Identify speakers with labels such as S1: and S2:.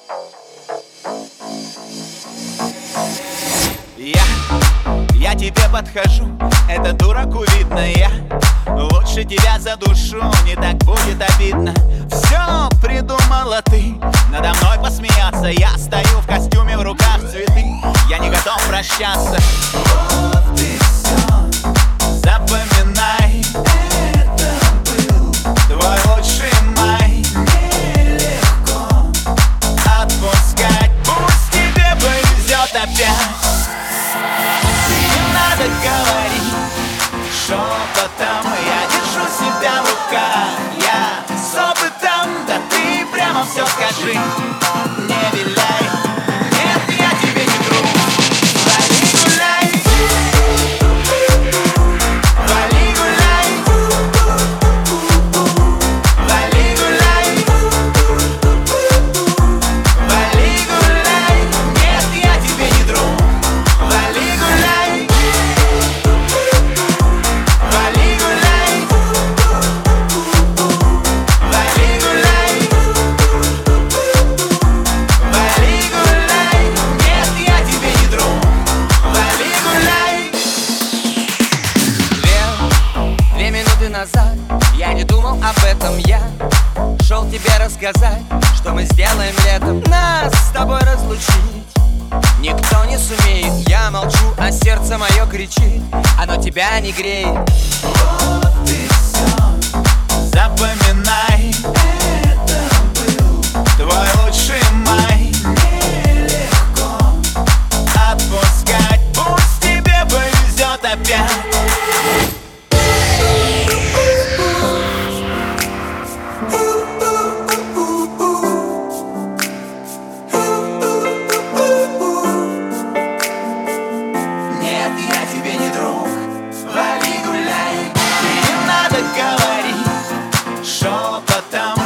S1: Я тебе подхожу, это дураку видно. Я лучше тебя задушу, не так будет обидно. Все придумала ты, надо мной посмеяться. Я стою в костюме, в руках цветы, я не готов прощаться. Вот и все, запоминай, это был твой лучший май. Нелегко отпускать, пусть тебе повезет опять. Говори шепотом, я держу себя в руках. Я с опытом, да ты прямо все скажи. Не виляй, нет, я тебе не друг. Вали гуляй, вали гуляй, вали гуляй, вали гуляй, нет, я тебе не друг. Вали гуляй,
S2: назад я не думал об этом. Я шел тебе рассказать, что мы сделаем летом. Нас с тобой разлучить никто не сумеет. Я молчу, а сердце мое кричит, оно тебя не греет.
S1: Вот и все, запоминай, это был твой лучший май. Нелегко отпускать, пусть тебе повезет опять. Вали гуляй, не надо говорить шепотом.